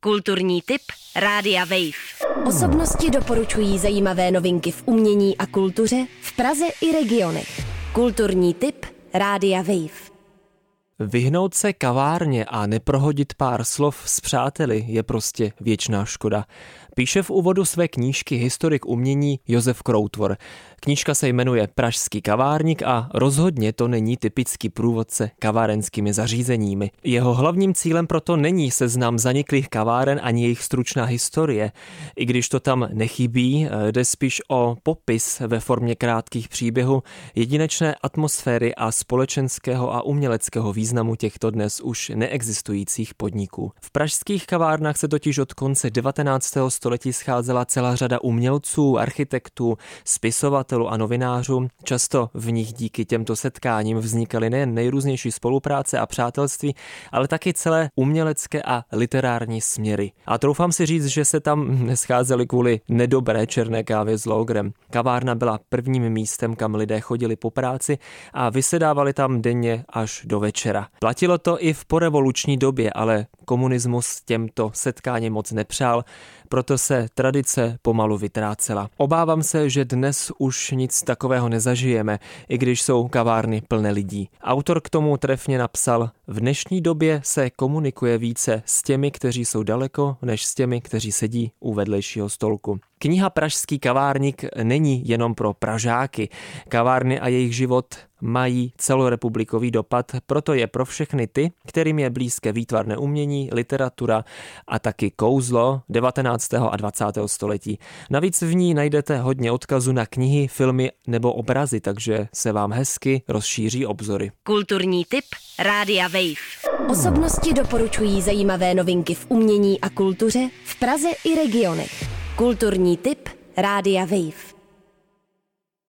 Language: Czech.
Kulturní tip Rádia Wave. Osobnosti doporučují zajímavé novinky v umění a kultuře v Praze i regionech. Kulturní tip Rádia Wave. Vyhnout se kavárně a neprohodit pár slov s přáteli je prostě věčná škoda. Píše v úvodu své knížky historik umění Josef Kroutvor. Knížka se jmenuje Pražský kavárník a rozhodně to není typický průvodce kavárenskými zařízeními. Jeho hlavním cílem proto není seznam zaniklých kaváren ani jejich stručná historie. I když to tam nechybí, jde spíš o popis ve formě krátkých příběhů, jedinečné atmosféry a společenského a uměleckého významu těchto dnes už neexistujících podniků. V pražských kavárnách se totiž od konce 19. století scházela celá řada umělců, architektů, spisovatelů a novinářů. Často v nich díky těmto setkáním vznikaly nejen nejrůznější spolupráce a přátelství, ale taky celé umělecké a literární směry. A troufám si říct, že se tam nescházeli kvůli nedobré černé kávě s lógrem. Kavárna byla prvním místem, kam lidé chodili po práci a vysedávali tam denně až do večera. Platilo to i v porevoluční době, ale komunismus těmto setkáním moc nepřál, proto se tradice pomalu vytrácela. Obávám se, že dnes už nic takového nezažijeme, i když jsou kavárny plné lidí. Autor k tomu trefně napsal: v dnešní době se komunikuje více s těmi, kteří jsou daleko, než s těmi, kteří sedí u vedlejšího stolku. Kniha Pražský kavárník není jenom pro Pražáky. Kavárny a jejich život mají celorepublikový dopad, proto je pro všechny ty, kterým je blízké výtvarné umění, literatura a taky kouzlo 19. a 20. století. Navíc v ní najdete hodně odkazů na knihy, filmy nebo obrazy, takže se vám hezky rozšíří obzory. Kulturní tip Rádia Wave. Osobnosti doporučují zajímavé novinky v umění a kultuře v Praze i regionech. Kulturní tip Rádia Wave.